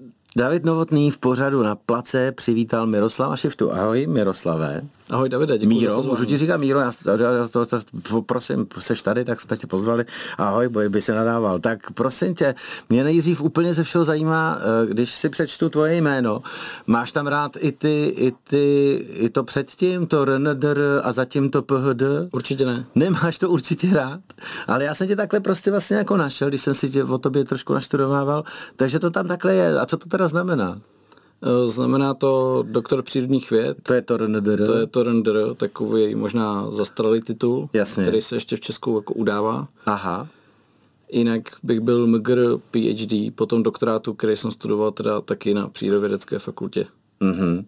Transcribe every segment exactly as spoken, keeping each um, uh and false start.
David Novotný v pořadu Na place přivítal Miroslava Šiftu. Ahoj Miroslave. Ahoj Davide, děkuji. Míro, můžu ti říkat Míro, já to, to, to, prosím, seš tady, tak jsme tě pozvali. Ahoj, boj by se nadával. Tak prosím tě, mě nejdřív úplně ze všeho zajímá, když si přečtu tvoje jméno, máš tam rád i ty, i ty, i to předtím, to R N D R a zatím to P H D? Určitě ne. Nemáš to určitě rád, ale já jsem tě takhle prostě vlastně jako našel, když jsem si tě o tobě trošku naštudovával, takže to tam takhle je. A co to teda znamená? Znamená to doktor přírodních věd. To je to R N D R. To je to R N D R, takový možná zastaralý titul, Jasně. Který se ještě v Česku jako udává. Aha. Jinak bych byl M G R P H D, potom doktorátu, který jsem studoval teda taky na Přírodovědecké fakultě. Mhm.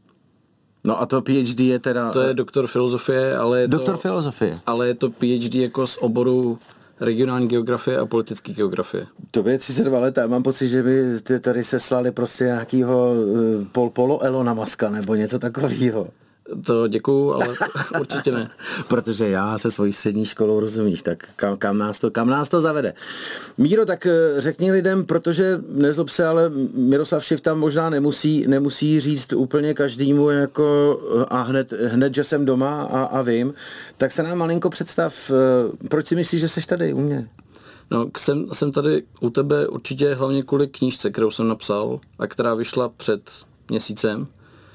No a to P H D je teda... To je doktor filozofie, ale je doktor to, filozofie. Ale je to P H D jako z oboru regionální geografie a politické geografie. To je třicet dva let a mám pocit, že by tady seslali prostě nějakýho pol, polo Elona Muska nebo něco takového. To děkuju, ale určitě ne. Protože já se svojí střední školou, rozumíš, tak kam, kam, nás to, kam nás to zavede. Míro, tak řekni lidem, protože nezlob se, ale Miroslav Šifta možná nemusí, nemusí říct úplně každému jako a hned, hned že jsem doma a, a vím, tak se nám malinko představ, proč si myslíš, že jsi tady u mě? No, jsem, jsem tady u tebe určitě hlavně kvůli knížce, kterou jsem napsal a která vyšla před měsícem.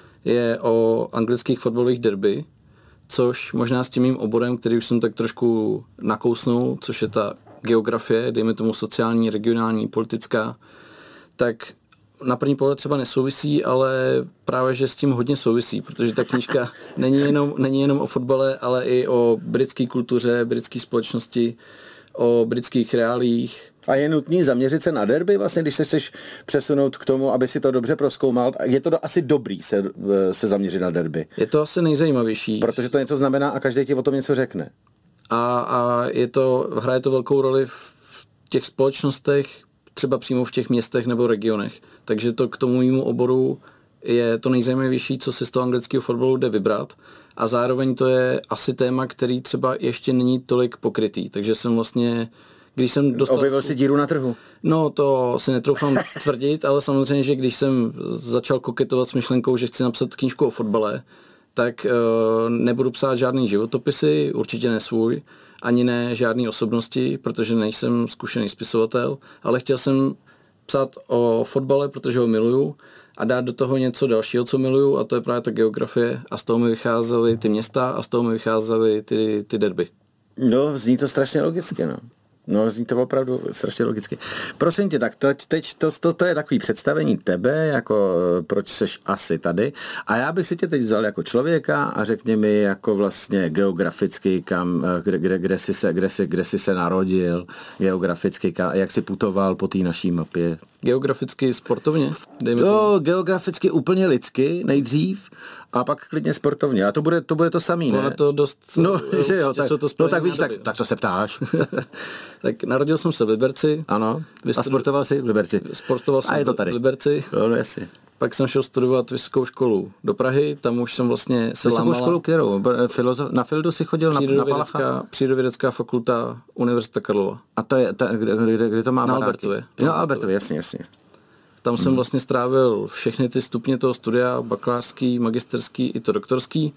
Je o anglických fotbalových derby, což možná s tím mým oborem, který už jsem tak trošku nakousnul, což je ta geografie, dejme tomu sociální, regionální, politická, tak na první pohled třeba nesouvisí, ale právě, že s tím hodně souvisí, protože ta knížka není jenom, není jenom o fotbale, ale i o britské kultuře, britské společnosti, o britských reálích. A je nutný zaměřit se na derby, vlastně, když se chceš přesunout k tomu, aby si to dobře prozkoumal. Je to asi dobrý se, se zaměřit na derby. Je to asi nejzajímavější. Protože to něco znamená a každý ti o tom něco řekne. A, a je to, hraje to velkou roli v těch společnostech, třeba přímo v těch městech nebo regionech. Takže to k tomu mému oboru je to nejzajímavější, co si z toho anglického fotbalu jde vybrat. A zároveň to je asi téma, který třeba ještě není tolik pokrytý. Takže jsem vlastně... Když jsem dostal... Objevil si díru na trhu? No, to si netroufám tvrdit, ale samozřejmě, že když jsem začal koketovat s myšlenkou, že chci napsat knížku o fotbale, tak uh, nebudu psát žádný životopisy, určitě ne svůj, ani ne žádný osobnosti, protože nejsem zkušený spisovatel, ale chtěl jsem psát o fotbale, protože ho miluju a dát do toho něco dalšího, co miluju, a to je právě ta geografie, a z toho mi vycházely ty města a z toho mi vycházely ty, ty derby. No, zní to strašně logicky, no. No, zní to opravdu strašně logicky. Prosím tě, tak to, teď to, to, to je takový představení tebe, jako proč seš asi tady. A já bych si tě teď vzal jako člověka a řekni mi jako vlastně geograficky, kam, kde, kde, kde, jsi, se, kde, jsi, kde jsi se narodil, geograficky, kam, jak jsi putoval po té naší mapě. Geograficky sportovně? Dejme no, to. Geograficky úplně lidsky nejdřív a pak klidně sportovně. A to bude to, bude to samý, ne? Ono to dost... No, že jo, tak, to no tak víš, tak, tak to se ptáš. Tak narodil jsem se v Liberci. Ano. A sportoval jsi v Liberci. Sportoval jsem a je to tady. v Liberci. No, no jasně. Pak jsem šel studovat vysokou školu do Prahy, tam už jsem vlastně se vysokou lámala. Vysokou školu kterou? Filozof... Na Fildu si chodil na, na Palacha? Přírodovědecká fakulta Univerzita Karlova. A to je, ta, kde, kde, kde to má? Na Albertově. No, Albertově, jasně, jasně. Tam hmm. jsem vlastně strávil všechny ty stupně toho studia, bakalářský, magisterský i to doktorský.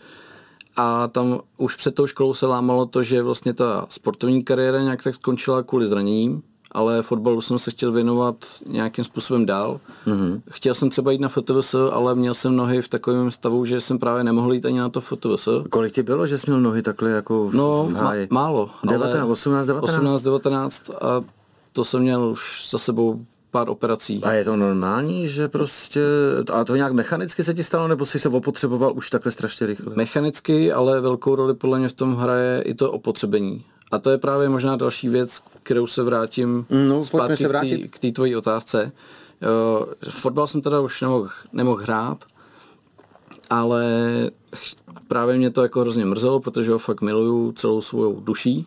A tam už před tou školou se lámalo to, že vlastně ta sportovní kariéra nějak tak skončila kvůli zraněním, ale fotbalu jsem se chtěl věnovat nějakým způsobem dál. Mm-hmm. Chtěl jsem třeba jít na F T V S, ale měl jsem nohy v takovém stavu, že jsem právě nemohl jít ani na to F T V S. Kolik ti bylo, že jsi měl nohy takhle jako v, no, v háji? No, málo. osmnáct devatenáct osmnáct devatenáct a to jsem měl už za sebou pár operací. A je to normální, že prostě... A to nějak mechanicky se ti stalo, nebo jsi se opotřeboval už takhle strašně rychle? Mechanicky, ale velkou roli podle mě v tom hraje i to opotřebení. A to je právě možná další věc, kterou se vrátím no, zpátky se vrátit. k té tvojí otázce. Uh, fotbal jsem teda už nemohl, nemohl hrát, ale právě mě to jako hrozně mrzelo, protože ho fakt miluju celou svou duší.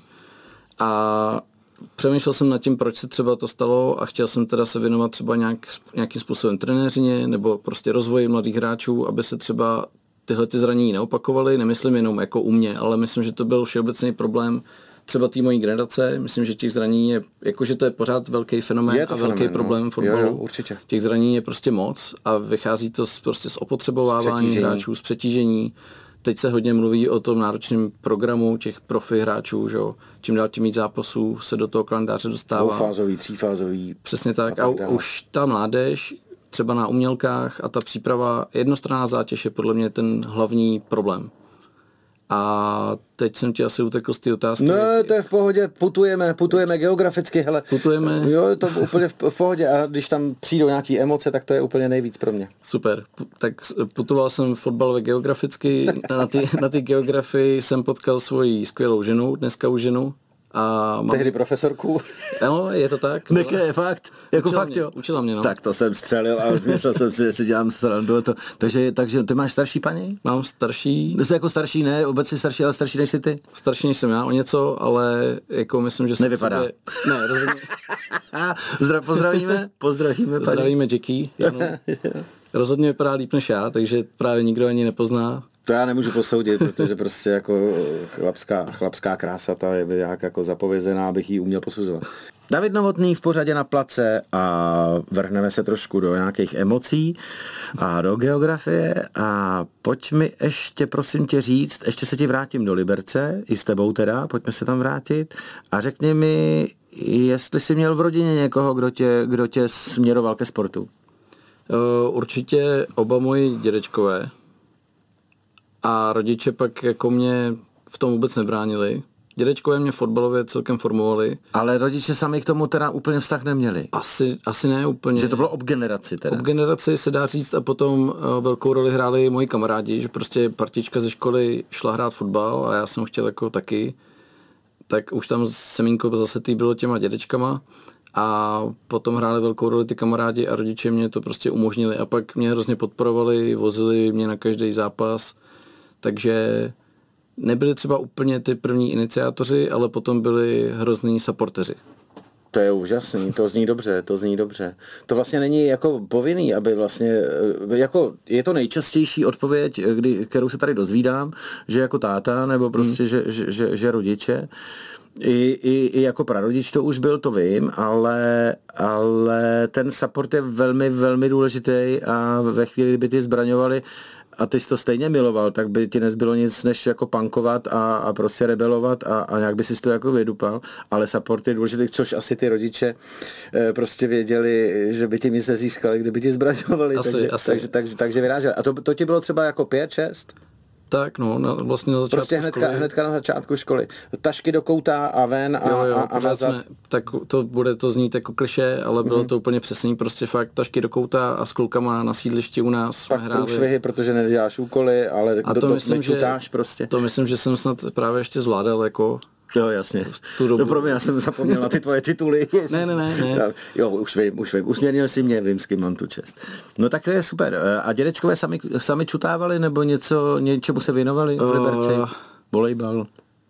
A přemýšlel jsem nad tím, proč se třeba to stalo, a chtěl jsem teda se věnovat třeba nějak, nějakým způsobem trenéřině nebo prostě rozvoji mladých hráčů, aby se třeba tyhle ty zranění neopakovaly. Nemyslím jenom jako u mě, ale myslím, že to byl všeobecný problém třeba té mojí generace, myslím, že těch zranění je, jakože to je pořád velký fenomén je to a velký fenomén, problém no. fotbalu. Jo, jo, určitě. Těch zranění je prostě moc a vychází to z, prostě z opotřebovávání hráčů, z přetížení. Teď se hodně mluví o tom náročném programu těch profi hráčů, že jo. Čím dál tím víc zápasů se do toho kalendáře dostává. Dvoufázový, třífázový. Přesně tak. A, a už ta mládež, třeba na umělkách a ta příprava, jednostranná zátěž je podle mě ten hlavní problém. A teď jsem ti asi utekl z té otázky. No, to je v pohodě, putujeme, putujeme geograficky, hele. Putujeme. Jo, to úplně v pohodě a když tam přijdou nějaký emoce, tak to je úplně nejvíc pro mě. Super, tak putoval jsem fotbalově geograficky, na ty, na ty geografii jsem potkal svoji skvělou ženu, dneska už ženu. A mám... Tehdy profesorku. No, je to tak. Neké, fakt, jako učila fakt, mě, jo. Učila mě, no. Tak to jsem střelil a myslel jsem si, že si dělám srandu. To, takže, takže ty máš starší paní? Mám starší. Ty jsi jako starší, ne? Obecně starší, ale starší než jsi ty? Starší než jsem já o něco, ale jako myslím, že... Nevypadá. Sobě... Ne, rozhodně. Zdra, pozdravíme, pozdravíme paní. Zdravíme Jackie, Janu. Rozhodně vypadá líp než já, takže právě nikdo ani nepozná. To já nemůžu posoudit, protože prostě jako chlapská, chlapská krása, ta je nějak jako zapovězená, abych ji uměl posuzovat. David Novotný v pořadě na place a vrhneme se trošku do nějakých emocí a do geografie a pojď mi ještě, prosím tě říct, ještě se ti vrátím do Liberce, i s tebou teda, pojďme se tam vrátit a řekni mi, jestli jsi měl v rodině někoho, kdo tě, kdo tě směroval ke sportu. Uh, určitě oba moji dědečkové. A rodiče pak jako mě v tom vůbec nebránili. Dědečkové mě fotbalově celkem formovali. Ale rodiče sami k tomu teda úplně vztah neměli? Asi, asi ne úplně. Že to bylo ob generaci teda? Ob generaci se dá říct a potom uh, velkou roli hráli moji kamarádi, že prostě partička ze školy šla hrát fotbal a já jsem chtěl jako taky. Tak už tam semínko zase tý bylo těma dědečkama a potom hráli velkou roli ty kamarádi a rodiče mě to prostě umožnili a pak mě hrozně podporovali, vozili mě na každý zápas. Takže nebyli třeba úplně ty první iniciátoři, ale potom byli hrozný supporteři. To je úžasný, to zní dobře, to zní dobře. To vlastně není jako povinný, aby vlastně, jako je to nejčastější odpověď, kdy, kterou se tady dozvídám, že jako táta, nebo prostě, hmm. že, že, že, že rodiče. I, i, I jako prarodič to už byl, to vím, ale, ale ten support je velmi, velmi důležitý a ve chvíli, kdyby ty zbraňovali a ty jsi to stejně miloval, tak by ti nezbylo nic, než jako punkovat a, a prostě rebelovat a, a nějak by si to jako vydupal, ale support je důležitý, což asi ty rodiče e, prostě věděli, že by ti nic nezískali, kdyby ti zbraňovali, asi, takže, asi. takže, takže, takže vyráželi. A to, to ti bylo třeba jako pět, šest? Tak no, na, vlastně na začátku Prostě hnedka, školy. hnedka na začátku školy. Tašky do kouta a ven a, jo, jo, a, a nazad. jsme, tak to bude to znít jako klišé, ale bylo mm-hmm. to úplně přesný, prostě fakt tašky do kouta a s klukama na sídlišti u nás pak jsme hráli. průšvihy, protože neděláš úkoly, ale a do, to do, myslím, nečutáš že, prostě. To myslím, že jsem snad právě ještě zvládal jako... Jo, jasně. Tu dobu. No pro mě, já jsem zapomněl na ty tvoje tituly. ne, ne, ne, ne. Jo, už vím, už vím. Usměrnil si mě, vím, s kým mám tu čest. No tak to je super. A dědečkové sami, sami čutávali, nebo něco, něčemu se věnovali v Liberci? Uh, Volejbal?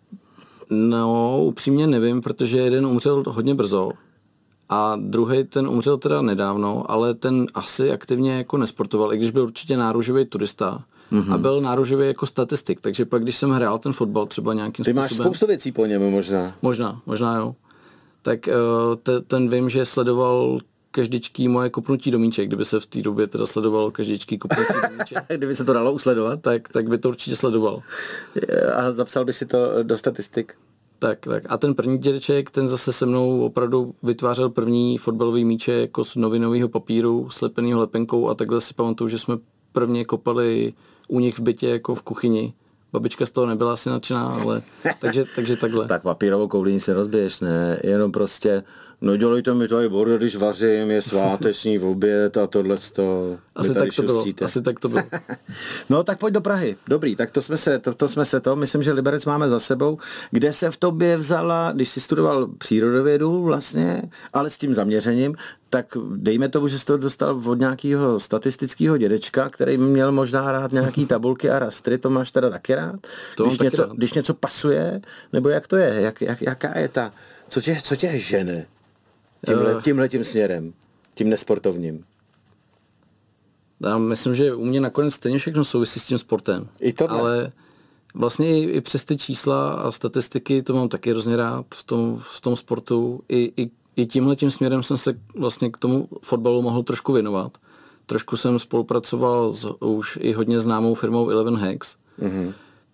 No, upřímně nevím, protože jeden umřel hodně brzo. A druhý ten umřel teda nedávno, ale ten asi aktivně jako nesportoval, i když byl určitě náruživý turista. Mm-hmm. A byl náruživý jako statistik, takže pak, když jsem hrál ten fotbal třeba nějakým Ty způsobem... Ty máš spoustu věcí po něm možná. Možná, možná jo. Tak te, ten vím, že sledoval každičký moje kopnutí do míče, kdyby se v té době teda sledoval každičký kopnutí do míče. Kdyby se to dalo usledovat. Tak, tak by to určitě sledoval. A zapsal by si to do statistik. Tak, tak. A ten první dědeček, ten zase se mnou opravdu vytvářel první fotbalový míče jako z novinového papíru, slepenýho lepenkou a takhle si pamatuju, že jsme prvně kopali u nich v bytě jako v kuchyni. Babička z toho nebyla asi nadšená, ale takže, takže takhle. Tak papírovou koulí se rozbiješ, ne? Jenom prostě, no dělejte mi tady bordo, když vařím, je sváteční v oběd a tohleto. Asi tak to bylo, asi tak to bylo. No tak pojď do Prahy. Dobrý, tak to jsme se to, to jsme se to, myslím, že Liberec máme za sebou. Kde se v tobě vzala, když jsi studoval přírodovědu vlastně, ale s tím zaměřením, tak dejme tomu, že jsi to dostal od nějakého statistického dědečka, který měl možná rád nějaký tabulky a rastry, to máš teda taky rád? To když, taky něco, rád. když něco pasuje, nebo jak to je? Jak, jak, jaká je ta, co tě, co tě žene tímhle, tímhle tím směrem, tím nesportovním? Já myslím, že u mě nakonec stejně všechno souvisí s tím sportem. I tohle. Ale, Vlastně i, i přes ty čísla a statistiky to mám taky hrozně rád v tom, v tom sportu. I, i, i tímhletím směrem jsem se vlastně k tomu fotbalu mohl trošku věnovat. Trošku jsem spolupracoval s už i hodně známou firmou Eleven Hacks. Mm-hmm.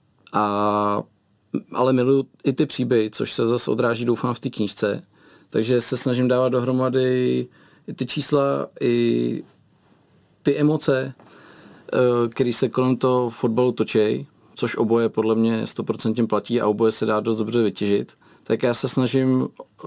A, ale miluju i ty příběhy, což se zase odráží, doufám, v té knížce. Takže se snažím dávat dohromady i ty čísla, i ty emoce, které se kolem toho fotbalu točí, což oboje podle mě sto procent platí a oboje se dá dost dobře vytěžit. Tak já se snažím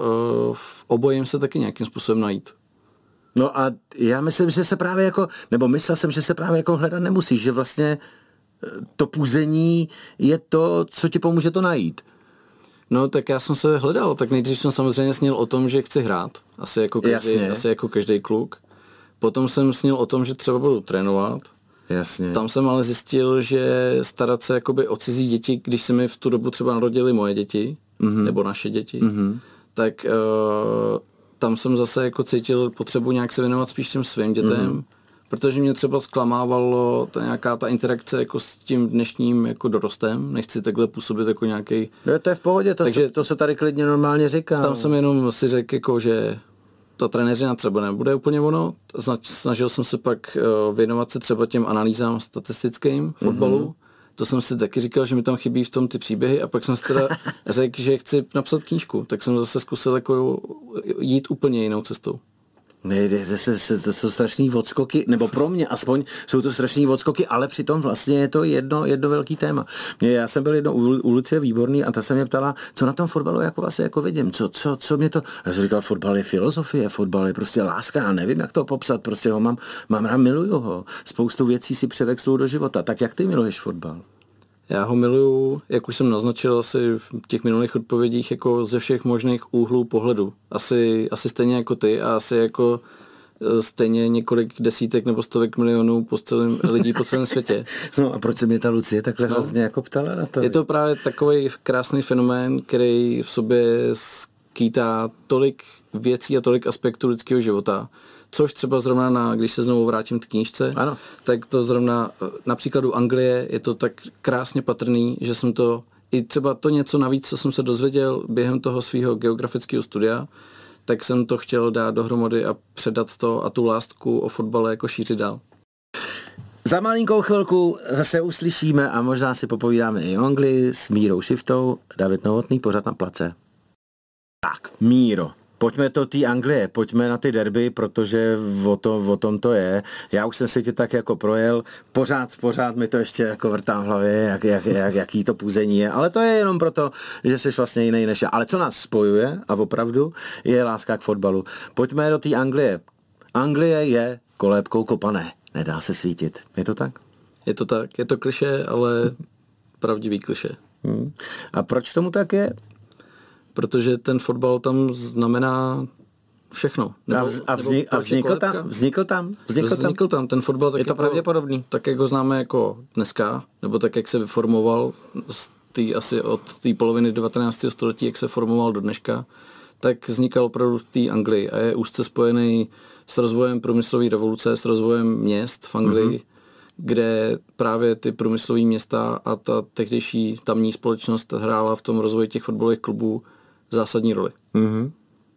v obojím se taky nějakým způsobem najít. No a já myslím, že se právě jako, nebo myslel jsem, že se právě jako hledat nemusíš, že vlastně to půzení je to, co ti pomůže to najít. No tak já jsem se hledal, tak nejdřív jsem samozřejmě snil o tom, že chci hrát, asi jako každý, asi jako každý kluk. Potom jsem snil o tom, že třeba budu trénovat. Jasně. Tam jsem ale zjistil, že starat se jakoby o cizí děti, když se mi v tu dobu třeba narodily moje děti, mm-hmm. nebo naše děti, mm-hmm. tak uh, tam jsem zase jako cítil potřebu nějak se věnovat spíš těm svým dětem, mm-hmm. protože mě třeba zklamávalo ta nějaká ta interakce jako s tím dnešním jako dorostem, nechci takhle působit jako nějaký. No, to je v pohodě, to, Takže se, to se tady klidně normálně říká. Tam jsem jenom si řekl, jako, že ta trenéřina třeba nebude úplně ono. Snažil jsem se pak uh, věnovat se třeba těm analýzám statistickým fotbalu. Mm-hmm. To jsem si taky říkal, že mi tam chybí v tom ty příběhy a pak jsem si teda řekl, že chci napsat knížku. Tak jsem zase zkusil jako jít úplně jinou cestou. Ne, to, se, to jsou strašný odskoky, nebo pro mě aspoň jsou to strašný odskoky, ale přitom vlastně je to jedno, jedno velký téma. Mě, já jsem byl jednou u, u Lucie Výborný a ta se mě ptala, co na tom fotbalu jako vlastně jako vidím, co, co, co mě to, já jsem říkal, fotbal je filozofie, fotbal je prostě láska, já nevím, jak to popsat, prostě ho mám, mám rád, miluju ho, spoustu věcí si převexluju do života, tak jak ty miluješ fotbal? Já ho miluju, jak už jsem naznačil asi v těch minulých odpovědích, jako ze všech možných úhlů pohledu. Asi, asi stejně jako ty a asi jako stejně několik desítek nebo stovek milionů po celém, lidí po celém světě. No a proč se mě ta Lucie takhle no, vlastně jako ptala na to? Je to právě takový krásný fenomén, který v sobě skýtá tolik věcí a tolik aspektů lidského života, což třeba zrovna, na, když se znovu vrátím k knížce, ano. tak to zrovna na příkladu Anglie je to tak krásně patrný, že jsem to, i třeba to něco navíc, co jsem se dozvěděl během toho svého geografického studia, tak jsem to chtěl dát dohromady a předat to a tu lásku o fotbale jako šířit dál. Za malinkou chvilku zase uslyšíme a možná si popovídáme i o Anglii s Mírou Šiftou. David Novotný, pořád na place. Tak, Míro. Pojďme do té Anglie, pojďme na ty derby, protože o, to, o tom to je. Já už jsem si tě tak jako projel, pořád, pořád mi to ještě jako vrtám v hlavě, jak, jak, jak, jaký to půzení je, ale to je jenom proto, že jsi vlastně jiný než já. Ale co nás spojuje a opravdu je láska k fotbalu. Pojďme do té Anglie. Anglie je kolébkou kopané, nedá se svítit. Je to tak? Je to tak, je to klišé, ale pravdivý klišé. Hmm. A proč tomu tak je? Protože ten fotbal tam znamená všechno. Nebo, a, vz, a, vzni, a vznikl, tam, vznikl tam? Vznikl tam? Vznikl tam. Ten fotbal tak je to jako, pravděpodobný. Tak, jak ho známe jako dneska, nebo tak, jak se vyformoval z tý, asi od té poloviny devatenáctého století, jak se formoval do dneška, tak vznikal opravdu v té Anglii a je úzce spojený s rozvojem průmyslové revoluce, s rozvojem měst v Anglii, mm-hmm. kde právě ty průmyslové města a ta tehdejší tamní společnost hrála v tom rozvoji těch fotbalových klubů zásadní roli. Mm-hmm.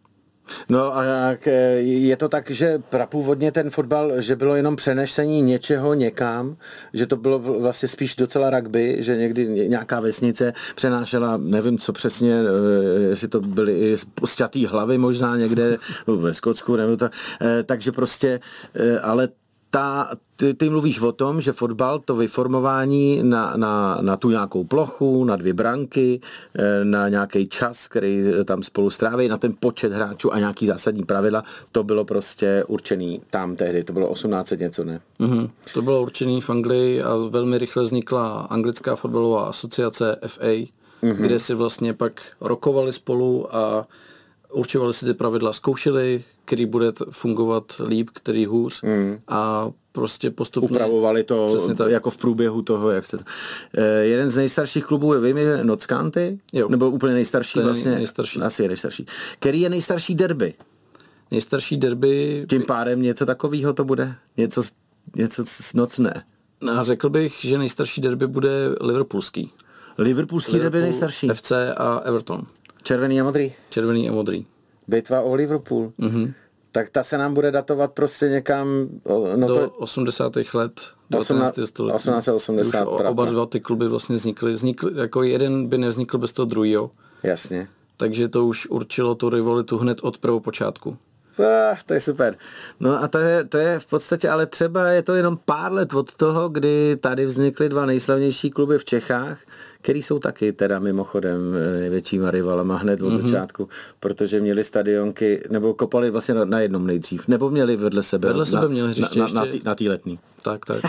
No a jak, je to tak, že prapůvodně ten fotbal, že bylo jenom přenesení něčeho někam, že to bylo vlastně spíš docela rugby, že někdy nějaká vesnice přenášela, nevím co přesně, jestli to byly i sťatý hlavy možná někde ve Skotsku, nebo to, takže prostě, ale Ta, ty, ty mluvíš o tom, že fotbal, to vyformování na, na, na tu nějakou plochu, na dvě branky, na nějaký čas, který tam spolu stráví, na ten počet hráčů a nějaký zásadní pravidla, to bylo prostě určený tam tehdy, to bylo osmnáct set něco, ne? Mm-hmm. To bylo určený v Anglii a velmi rychle vznikla anglická fotbalová asociace F A, mm-hmm. kde si vlastně pak rokovali spolu a určovali si ty pravidla, zkoušeli, který bude fungovat líp, který hůř mm. a prostě postupně upravovali to jako v průběhu toho, jak se to... Eh, jeden z nejstarších klubů, vím, je Notts County, jo. Nebo úplně nejstarší vlastně, nejstarší. Asi je nejstarší. Který je nejstarší derby? Nejstarší derby... Tím pádem něco takového to bude? Něco, něco nocné? No, řekl bych, že nejstarší derby bude liverpoolský. Liverpoolský derby nejstarší. F C a Everton. Červený a modrý. Červený a modrý. Bitva o Liverpool. Mm-hmm. Tak ta se nám bude datovat prostě někam... No do to... osmdesátých let devatenáctého století. osmnáct set osmdesát. Už oba dva ty kluby vlastně vznikly. vznikly. Jako jeden by nevznikl bez toho druhého. Jasně. Takže to už určilo tu rivalitu hned od prvopočátku. Ah, to je super. No a to je, to je v podstatě, ale třeba je to jenom pár let od toho, kdy tady vznikly dva nejslavnější kluby v Čechách, který jsou taky teda mimochodem největšíma rivalama hned od mm-hmm. začátku, protože měli stadionky, nebo kopali vlastně na, na jednom nejdřív, nebo měli vedle sebe. Vedle na, sebe měli hřiště na, ještě. Na, na, tý, na tý letný. Tak, tak.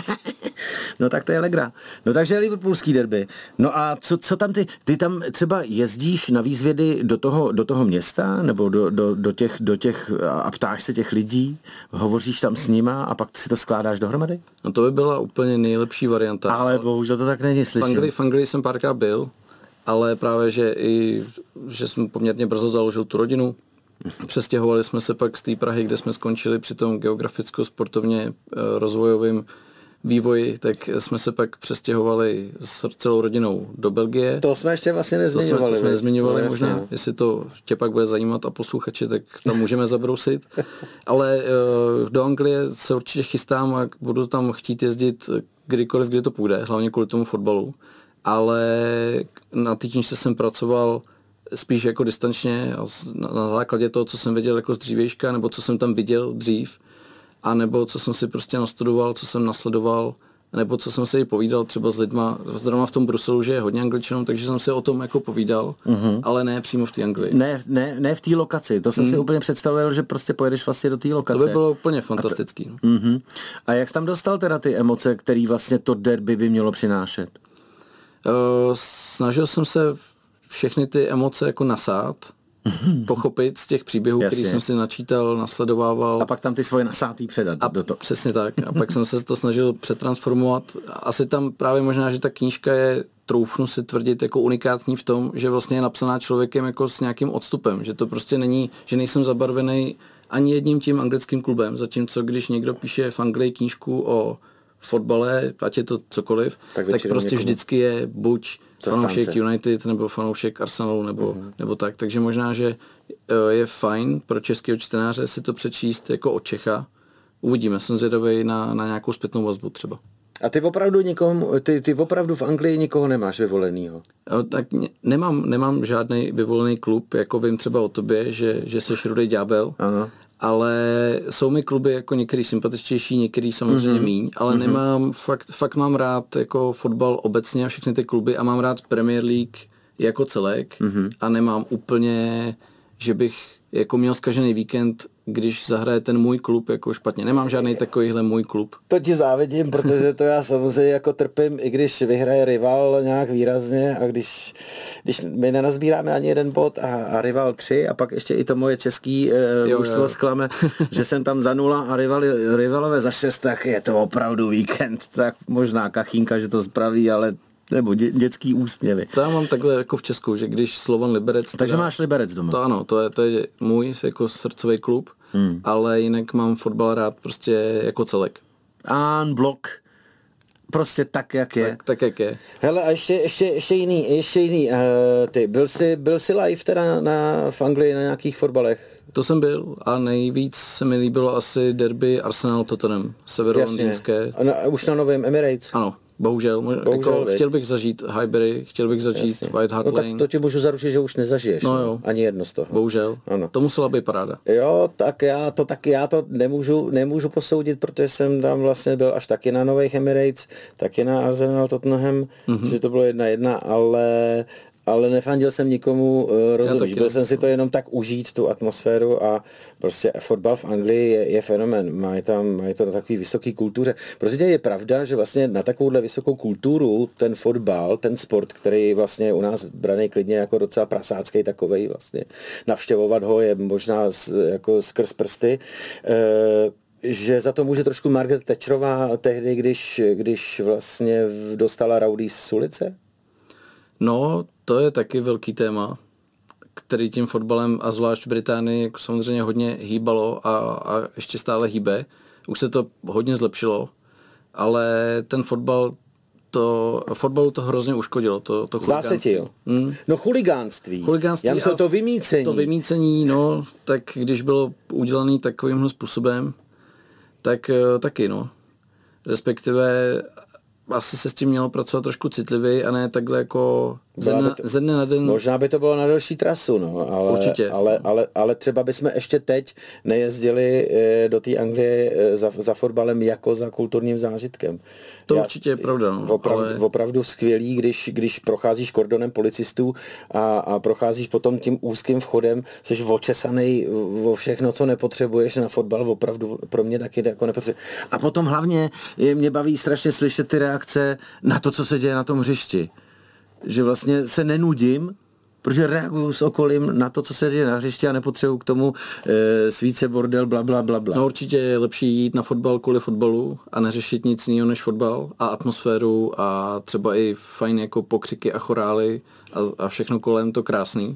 No tak to je legra. No takže liverpoolský derby. No a co, co tam ty, ty tam třeba jezdíš na výzvědy do toho, do toho města, nebo do, do, do, těch, do těch a ptáš se těch lidí, hovoříš tam s nima a pak si to skládáš dohromady? No to by byla úplně nejlepší varianta. Ale bohužel to tak není, slyším. V Anglii, v Anglii jsem párkrát byl, ale právě, že i, že jsem poměrně brzo založil tu rodinu. Přestěhovali jsme se pak z té Prahy, kde jsme skončili při tom geograficko-sportovně rozvojovým vývoji, tak jsme se pak přestěhovali s celou rodinou do Belgie. To jsme ještě vlastně nezmiňovali. To jsme, to jsme nezmiňovali, no, možná, jasně. Jestli to tě pak bude zajímat a posluchači, tak tam můžeme zabrousit. Ale uh, do Anglie se určitě chystám a budu tam chtít jezdit kdykoliv, kdy to půjde, hlavně kvůli tomu fotbalu. Ale na té knížce jsem pracoval spíš jako distančně a na, na základě toho, co jsem viděl jako z dřívějška, nebo co jsem tam viděl dřív, a nebo co jsem si prostě nastudoval, co jsem nasledoval, nebo co jsem si i povídal třeba s lidma, zrovna v tom Bruselu, že je hodně Angličanů, takže jsem si o tom jako povídal, mm-hmm. ale ne přímo v té Anglii. Ne, ne, ne v té lokaci, to jsem mm. si úplně představil, že prostě pojedeš vlastně do té lokace. To by bylo úplně fantastický. A, to, mm-hmm. a jak jsi tam dostal teda ty emoce, které vlastně to derby by mělo přinášet? Uh, snažil jsem se všechny ty emoce jako nasát, pochopit z těch příběhů, který jsem si načítal, nasledovával. A pak tam ty svoje nasátý předat a do toho. Přesně tak. A pak jsem se to snažil přetransformovat. Asi tam právě možná, že ta knížka je, troufnu si tvrdit, jako unikátní v tom, že vlastně je napsaná člověkem jako s nějakým odstupem. Že to prostě není, že nejsem zabarvený ani jedním tím anglickým klubem. Zatímco když někdo píše v Anglii knížku o fotbale, ať je to cokoliv, tak, tak prostě někomu vždycky je buď fanoušek United, nebo fanoušek Arsenalu, nebo, uh-huh. nebo tak. Takže možná, že je fajn pro českého čtenáře si to přečíst jako od Čecha. Uvidíme, jsem zvědavý na, na nějakou zpětnou vazbu třeba. A ty opravdu nikoho, ty, ty opravdu v Anglii nikoho nemáš vyvolenýho? Tak nemám, nemám žádný vyvolený klub, jako vím třeba o tobě, že, že jsi rudej ďábel. Ano. Ale jsou mi kluby jako některý sympatičtější, některý samozřejmě mm-hmm. míň, ale mm-hmm. nemám, fakt, fakt mám rád jako fotbal obecně a všechny ty kluby a mám rád Premier League jako celek mm-hmm. a nemám úplně, že bych jako měl zkažený víkend, když zahraje ten můj klub jako špatně. Nemám žádný takovýhle můj klub. To ti závidím, protože to já samozřejmě jako trpím, i když vyhraje rival nějak výrazně a když, když my nenazbíráme ani jeden bod a, a rival tři a pak ještě i to moje český uh, mužstvo zklame, že jsem tam za nula a rivali, rivalové za šest, tak je to opravdu víkend. Tak možná Kachínka, že to spraví, ale nebo dě, dětský úsměvy. To já mám takhle jako v Česku, že když Slovan Liberec... Takže teda, máš Liberec doma. To ano, to je, to je můj jako srdcový klub, hmm. ale jinak mám fotbal rád prostě jako celek. An blok. Prostě tak, jak je. Tak, tak jak je. Hele, a ještě, ještě, ještě jiný, ještě jiný. Uh, ty, byl jsi, byl jsi live teda na, v Anglii na nějakých fotbalech? To jsem byl a nejvíc se mi líbilo asi derby Arsenal Tottenham, severolondýnské. A na, už na novém Emirates? Ano. Bohužel, Bohužel jako, chtěl bych zažít Highbury, chtěl bych zažít Jasně. White Hart Lane. No tak to ti můžu zaručit, že už nezažiješ. No jo. Ani jedno z toho. Bohužel. Ano. To musela být paráda. Jo, tak já to taky, já to nemůžu, nemůžu posoudit, protože jsem tam vlastně byl až taky na nových Emirates, taky na Arsenal Tottenham, mm-hmm. že to bylo jedna jedna, ale ale nefandil jsem nikomu, uh, rozumíš, byl jsem si to jenom tak užít, tu atmosféru a prostě fotbal v Anglii je, je fenomén, mají tam, mají to na takový vysoký kultuře. Prostě je pravda, že vlastně na takovouhle vysokou kulturu ten fotbal, ten sport, který vlastně u nás braný klidně jako docela prasácký takovej vlastně, navštěvovat ho je možná z, jako skrz prsty, uh, že za to může trošku Margaret Thatcherová tehdy, když, když vlastně dostala rowdy z ulice? No, to je taky velký téma, který tím fotbalem a zvlášť v Británii jako samozřejmě hodně hýbalo a, a ještě stále hýbe. Už se to hodně zlepšilo, ale ten fotbal to fotbalu to hrozně uškodilo. To, to Zdá se ti, jo? Hmm. No chuligánství. Chuligánství. Já myslím to vymýcení. To vymýcení, no, tak když bylo udělané takovým způsobem, tak taky, no. Respektive asi se s tím mělo pracovat trošku citlivě a ne takhle jako ze dne, to, ze dne na den. Možná by to bylo na další trasu, no, ale, určitě. Ale, ale, ale třeba bychom ještě teď nejezdili do té Anglie za, za fotbalem jako za kulturním zážitkem. To Já, určitě je pravda, no, opravdu, ale... opravdu skvělý, když, když procházíš kordonem policistů a, a procházíš potom tím úzkým vchodem, jsi očesanej o všechno, co nepotřebuješ na fotbal, opravdu pro mě taky jako nepotřebuješ. A potom hlavně mě baví strašně slyšet ty reakce na to, co se děje na tom hřišti. Že vlastně se nenudím, protože reaguju s okolím na to, co se děje na hřišti a nepotřebuji k tomu e, svíce, bordel, bla, bla, bla, bla. No určitě je lepší jít na fotbal kvůli fotbalu a neřešit nic jiného než fotbal a atmosféru a třeba i fajn jako pokřiky a chorály a, a všechno kolem to krásný.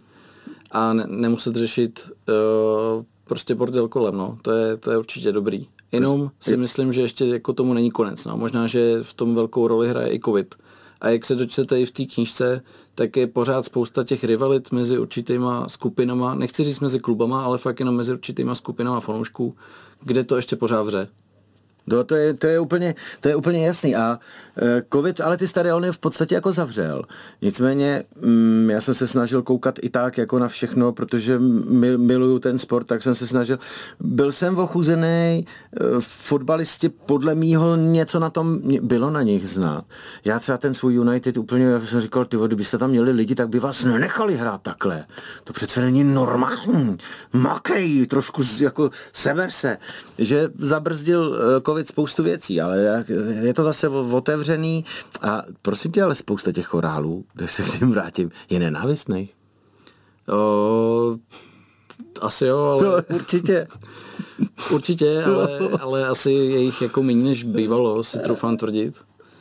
A ne, nemuset řešit uh, prostě bordel kolem, no. To je, to je určitě dobrý. Jenom si myslím, že ještě jako tomu není konec, no. Možná, že v tom velkou roli hraje i covid. A jak se dočtete i v té knížce, tak je pořád spousta těch rivalit mezi určitýma skupinama, nechci říct mezi klubama, ale fakt jenom mezi určitýma skupinama fanoušků, kde to ještě pořád vře. No, to, je, to, je úplně, to je úplně jasný. A e, covid, ale ty stadiony v podstatě jako zavřel. Nicméně mm, já jsem se snažil koukat i tak jako na všechno, protože mil, miluju ten sport, tak jsem se snažil. Byl jsem ochuzený, e, fotbalisti podle mýho něco na tom bylo na nich znát. Já třeba ten svůj United úplně, já jsem říkal, ty kdybyste tam měli lidi, tak by vás nenechali hrát takhle. To přece není normální. Makej, trošku jako sever se. Že zabrzdil e, spoustu věcí, ale je to zase otevřený a prosím tě, ale spousta těch chorálů, když se k tím vrátím, je nenávistných. O, asi jo, ale... No, určitě. Určitě, ale, ale asi je jich jako méně než bývalo, si troufám tvrdit.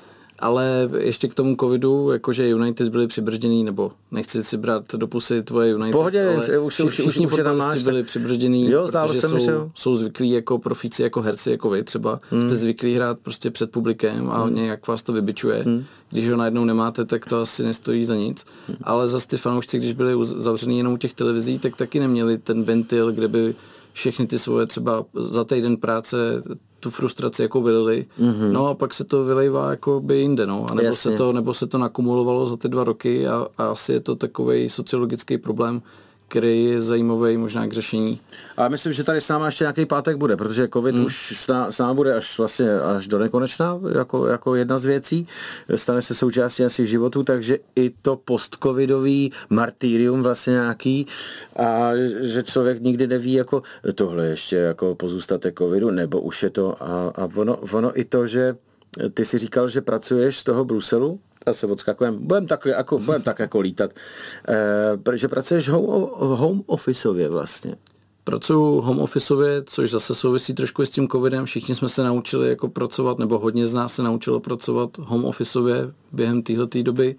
Ale ještě k tomu covidu, jakože United byli přibržděný, nebo nechci si brát do pusy tvoje United, Pohodě, ale už, vši, už, všichni už, fotbalisti už byli přibržděný, jo, protože jsem, jsou, že... jsou zvyklí jako profíci, jako herci, jako vy třeba. Hmm. Jste zvyklí hrát prostě před publikem a hmm. nějak vás to vybičuje. Hmm. Když ho najednou nemáte, tak to asi nestojí za nic. Hmm. Ale zase ty fanoušci, když byli zavřený jenom u těch televizí, tak taky neměli ten ventil, kde by všechny ty svoje třeba za týden práce tu frustraci jako vylili. Mm-hmm. No a pak se to vylejvá jako by jinde, no. A nebo se, to, nebo se to nakumulovalo za ty dva roky a, a asi je to takovej sociologický problém, který je zajímavý možná k řešení. A myslím, že tady s náma ještě nějaký pátek bude, protože covid hmm. už s, ná, s náma bude až vlastně až do nekonečna, jako, jako jedna z věcí. Stane se součástí asi životu, takže i to post-covidový martyrium vlastně nějaký a že člověk nikdy neví, jako tohle ještě jako pozůstatek covidu, nebo už je to a, a ono, ono i to, že ty si říkal, že pracuješ z toho Bruselu, a se odskakujeme, budeme tak, jako, budem tak jako lítat, e, protože pracuješ home, home officeově vlastně. Pracuji home officeově, což zase souvisí trošku s tím covidem. Všichni jsme se naučili jako pracovat, nebo hodně z nás se naučilo pracovat home officeově během téhleté doby.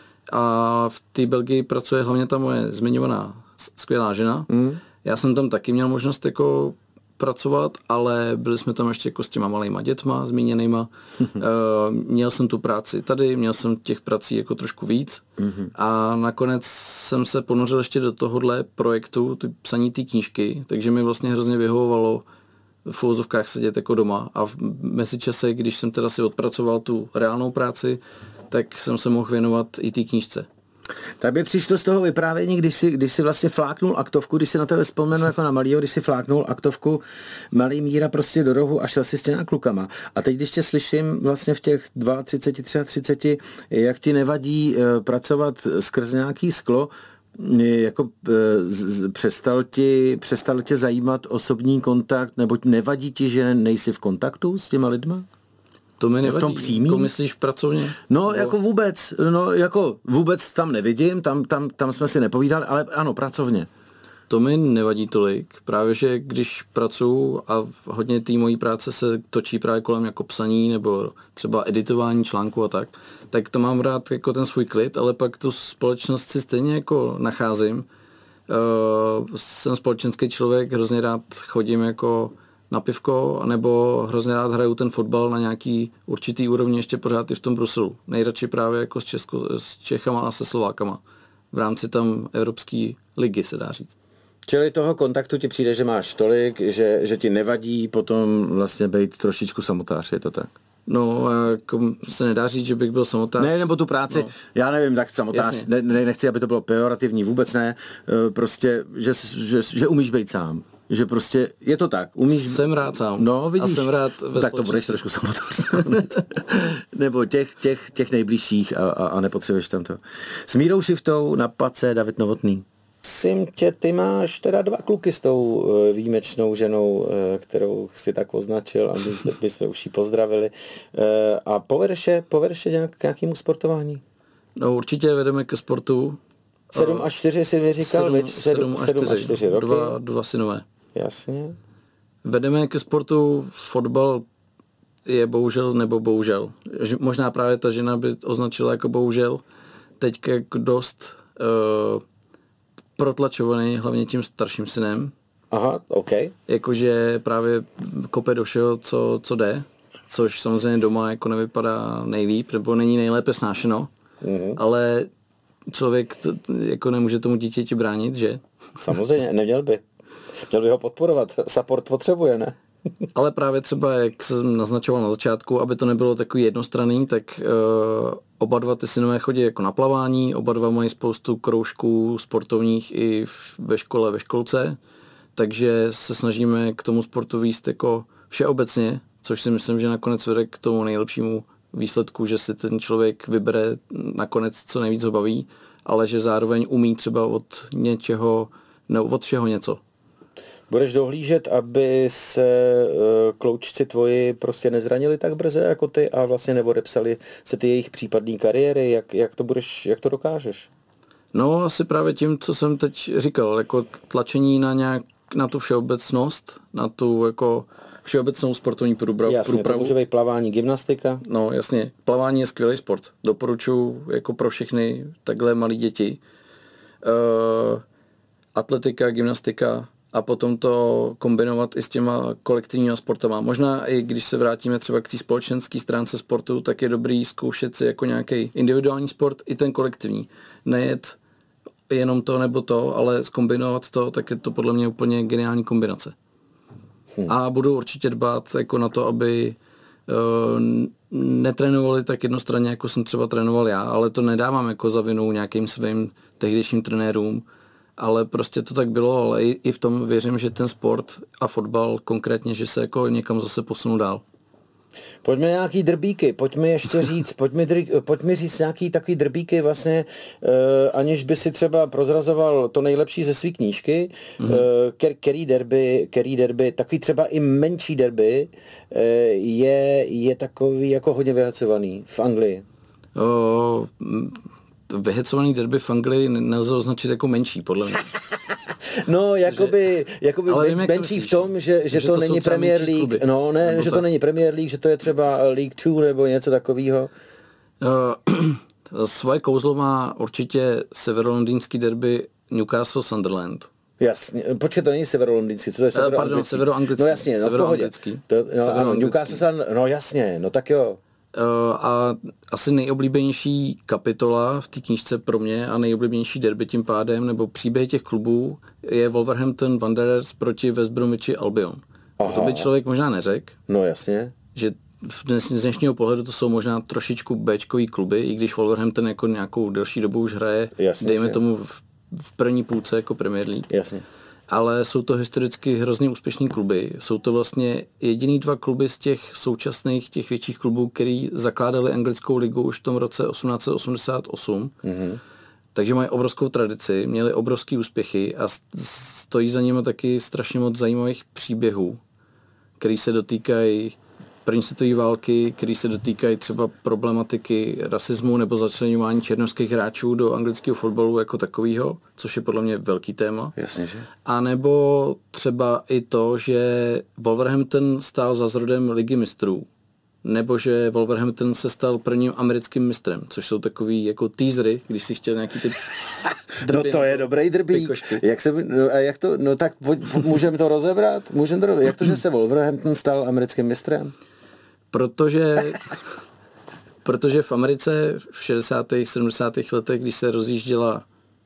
A v té Belgii pracuje hlavně ta moje zmiňovaná skvělá žena. Mm. Já jsem tam taky měl možnost jako pracovat, ale byli jsme tam ještě jako s těma malejma dětma zmíněnýma. uh, měl jsem tu práci tady, měl jsem těch prací jako trošku víc mm-hmm. a nakonec jsem se ponořil ještě do tohohle projektu, ty psaní té knížky, takže mi vlastně hrozně vyhovovalo v uvozovkách sedět jako doma a v mezičase, když jsem teda si odpracoval tu reálnou práci, tak jsem se mohl věnovat i té knížce. Tak by přišlo z toho vyprávění, když si, když si vlastně fláknul aktovku, když si na tebe vzpomenu jako na malýho, když si fláknul aktovku malý Míra prostě do rohu a šel si s těma klukama. A teď, když tě slyším vlastně v těch třicet dva, třicet tři, jak ti nevadí e, pracovat skrz nějaký sklo, jako e, z, přestal, ti, přestal tě zajímat osobní kontakt, nebo nevadí ti, že nejsi v kontaktu s těma lidma? To mi nevadí. V tom přímý? Jako myslíš pracovně? No, nebo... jako vůbec, no, jako vůbec tam nevidím, tam, tam, tam jsme si nepovídali, ale ano, pracovně. To mi nevadí tolik. Právě, že když pracuju a hodně té mojí práce se točí právě kolem jako psaní nebo třeba editování článku a tak, tak to mám rád jako ten svůj klid, ale pak tu společnost si stejně jako nacházím. Uh, jsem společenský člověk, hrozně rád chodím jako na pivko, nebo hrozně rád hraju ten fotbal na nějaký určitý úrovni ještě pořád i v tom Bruselu. Nejradši právě jako s, Česko, s Čechama a se Slovákama. V rámci tam Evropské ligy se dá říct. Čili toho kontaktu ti přijde, že máš tolik, že, že ti nevadí potom vlastně být trošičku samotář, je to tak? No, jako se nedá říct, že bych byl samotář. Ne, nebo tu práci, no. Já nevím, tak samotář, ne, ne, nechci, aby to bylo pejorativní, vůbec ne, prostě, že, že, že umíš být sám. Že prostě je to tak. Umíš... Jsem rád sám. No, vidíš. A jsem rád ve tak to budeš trošku samotář. Nebo těch, těch, těch nejbližších a, a, a nepotřebuješ tam to. S Mírou Šiftou na pace David Novotný. Sim tě, ty máš teda dva kluky s tou výjimečnou ženou, kterou si tak označil a my bychom už ji pozdravili. A povedeš je, povedeš je nějak, k nějakému sportování? No určitě vedeme ke sportu. sedm a čtyři si mi říkal, veď sedm a čtyři roky. Dva, dva synové. Jasně. Vedeme ke sportu, fotbal je bohužel nebo bohužel. Možná právě ta žena by označila jako bohužel. Teďka dost uh, protlačovaný hlavně tím starším synem. Aha, OK. Jakože právě kope do všeho, co, co jde, což samozřejmě doma jako nevypadá nejlíp, nebo není nejlépe snášeno, mm-hmm. ale člověk to, jako nemůže tomu dítěti bránit, že? Samozřejmě, neměl by. Měl by ho podporovat. Support potřebuje, ne? Ale právě třeba, jak jsem naznačoval na začátku, aby to nebylo takový jednostranný, tak uh, oba dva ty synové chodí jako na plavání, oba dva mají spoustu kroužků sportovních i v, ve škole, ve školce, takže se snažíme k tomu sportu víc jako všeobecně, což si myslím, že nakonec vede k tomu nejlepšímu výsledku, že si ten člověk vybere nakonec, co nejvíc ho baví, ale že zároveň umí třeba od něčeho, ne, od všeho něco. Budeš dohlížet, aby se kloučci tvoji prostě nezranili tak brze jako ty a vlastně neodepsali se ty jejich případné kariéry, jak, jak to budeš, jak to dokážeš? No asi právě tím, co jsem teď říkal, jako tlačení na nějak, na tu všeobecnost, na tu jako všeobecnou sportovní průpravu. Jasně, to může být plavání, gymnastika. No jasně, plavání je skvělý sport. Doporučuji jako pro všechny takhle malí děti. Uh, atletika, gymnastika a potom to kombinovat i s těma kolektivníma sportama. Možná i když se vrátíme třeba k té společenské stránce sportu, tak je dobrý zkoušet si jako nějaký individuální sport i ten kolektivní. Nejet jenom to nebo to, ale zkombinovat to, tak je to podle mě úplně geniální kombinace. Hmm. A budu určitě dbát jako na to, aby uh, netrénovali tak jednostranně, jako jsem třeba trénoval já, ale to nedávám jako za vinu nějakým svým tehdejším trenérům, ale prostě to tak bylo, ale i, i v tom věřím, že ten sport a fotbal konkrétně, že se jako někam zase posunu dál. Pojďme nějaký drbíky, pojďme ještě říct, pojďme, pojďme říct nějaký takový drbíky vlastně, uh, aniž by si třeba prozrazoval to nejlepší ze své knížky, mm-hmm. uh, který derby, který derby, takový třeba i menší derby uh, je, je takový jako hodně vyhecovaný v Anglii. Uh, vyhecovaný derby v Anglii nelze označit jako menší, podle mě. No, jakoby, jakoby vím, menší v tom, že, že, že to, to není Premier League, kluby. No, ne, nebo že tak. To není Premier League, že to je třeba League dva nebo něco takového. Uh, svoje kouzlo má určitě severolondýnský derby Newcastle Sunderland. Jasně, počkej, to není severolondýnský, co to je severoanglický? Pardon, severoanglický. No jasně, no v pohodě. To, no, ano, Newcastle Sunderland, no jasně, no tak jo. Uh, a asi nejoblíbenější kapitola v té knížce pro mě a nejoblíbenější derby tím pádem, nebo příběh těch klubů je Wolverhampton Wanderers proti West Bromwichi Albion. Aha. To by člověk možná neřekl. No jasně. Že dnes, z dnešního pohledu to jsou možná trošičku béčkový kluby, i když Wolverhampton jako nějakou delší dobu už hraje, jasně, dejme že? tomu v, v první půlce jako Premier League. Jasně. Ale jsou to historicky hrozně úspěšní kluby. Jsou to vlastně jediný dva kluby z těch současných, těch větších klubů, který zakládali anglickou ligu už v tom roce osmnáct set osmdesát osm. Mm-hmm. Takže mají obrovskou tradici, měli obrovský úspěchy a stojí za nimi taky strašně moc zajímavých příběhů, který se dotýkají první světové války, který se dotýkají třeba problematiky rasismu nebo začleňování černošských hráčů do anglického fotbalu jako takového, což je podle mě velký téma. Jasně, že? A nebo třeba i to, že Wolverhampton stál za zrodem Ligy mistrů nebo že Wolverhampton se stal prvním americkým mistrem, což jsou takový jako teasery, když si chtěl nějaký ty No to je dobrý drbík. Jak se, no, a jak to, no tak pojď, můžeme to rozebrat? Můžeme to, jak to, že se Wolverhampton stal americkým mistrem? Protože, protože v Americe v šedesátých sedmdesátých letech, když se rozjížděla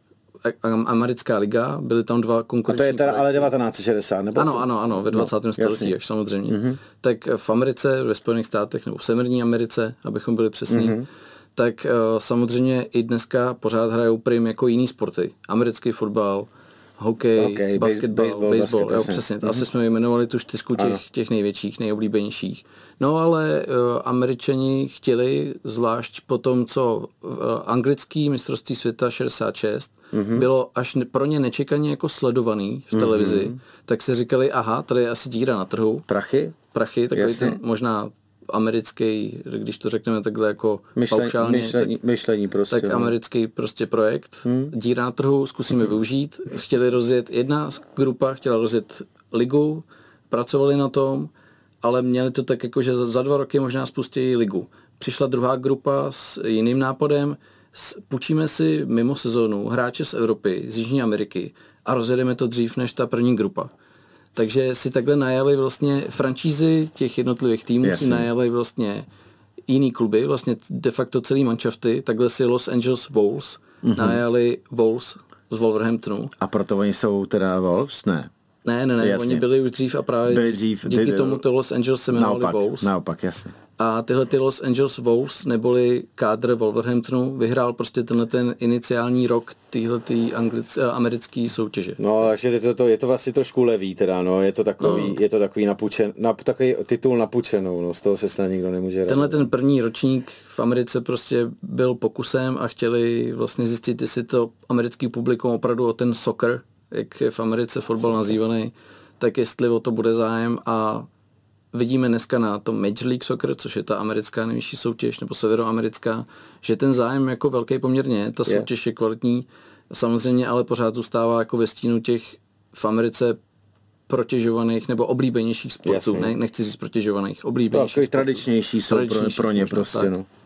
americká liga, byly tam dva konkurenční. A to je teda ale devatenáct set šedesát, nebo? Ano, ano, ano, ve dvacátém No, století až samozřejmě. Mm-hmm. Tak v Americe, ve Spojených státech, nebo v Severní Americe, abychom byli přesní, mm-hmm. tak uh, samozřejmě i dneska pořád hrajou prim jako jiný sporty. Americký fotbal, hokej, okay, basketball, baseball, baseball basket, jo, přesně. Mm-hmm. Asi jsme jmenovali tu čtyřku těch, těch největších, nejoblíbenějších. No ale uh, Američani chtěli, zvlášť po tom, co uh, anglický mistrovství světa šedesát šest mm-hmm. bylo až ne, pro ně nečekaně jako sledovaný v televizi, mm-hmm. tak se říkali, aha, tady je asi díra na trhu. Prachy? Prachy, takový ten možná americký, když to řekneme takhle jako myšlení, paušálně, myšlení, tak, myšlení prostě, tak no. americký prostě projekt, hmm. díra na trhu, zkusíme hmm. využít. Chtěli rozjet, jedna grupa chtěla rozjet ligu, pracovali na tom, ale měli to tak jako, že za dva roky možná spustí ligu. Přišla druhá grupa s jiným nápadem, půjčíme si mimo sezónu hráče z Evropy, z Jižní Ameriky a rozjedeme to dřív než ta první grupa. Takže si takhle najali vlastně franšízy těch jednotlivých týmů, Jasně. si najali vlastně jiný kluby, vlastně de facto celý manšafty, takhle si Los Angeles Wolves mm-hmm. najali Wolves z Wolverhamptonu. A proto oni jsou teda Wolves? Ne. Ne, ne, ne, jasně. Oni byli už dřív a právě byli dřív, díky ty, tomu to Los Angeles se jmenovali naopak, Wolves. Naopak, jasně. A tyhle ty Los Angeles Wolves neboli kádr Wolverhamptonu vyhrál prostě tenhle ten iniciální rok tyhletý anglické, americké soutěže. No, takže je to, to, je to vlastně trošku levý teda, no, je to takový, no. je to takový napučen, nap, takový titul napučenou, no, z toho se snad nikdo nemůže radit. Tenhle ten první ročník v Americe prostě byl pokusem a chtěli vlastně zjistit, jestli to americký publikum opravdu o ten soccer, jak je v Americe fotbal nazývaný, tak jestli o to bude zájem a vidíme dneska na tom Major League Soccer, což je ta americká nejvyšší soutěž, nebo severoamerická, že ten zájem jako velký poměrně, ta soutěž je kvalitní, samozřejmě ale pořád zůstává jako ve stínu těch v Americe protěžovaných nebo oblíbenějších sportů. Ne, nechci říct protěžovaných, oblíbenějších sportů. Tradičnější jsou tradičnější pro, pro ně možná, prostě, tak. No.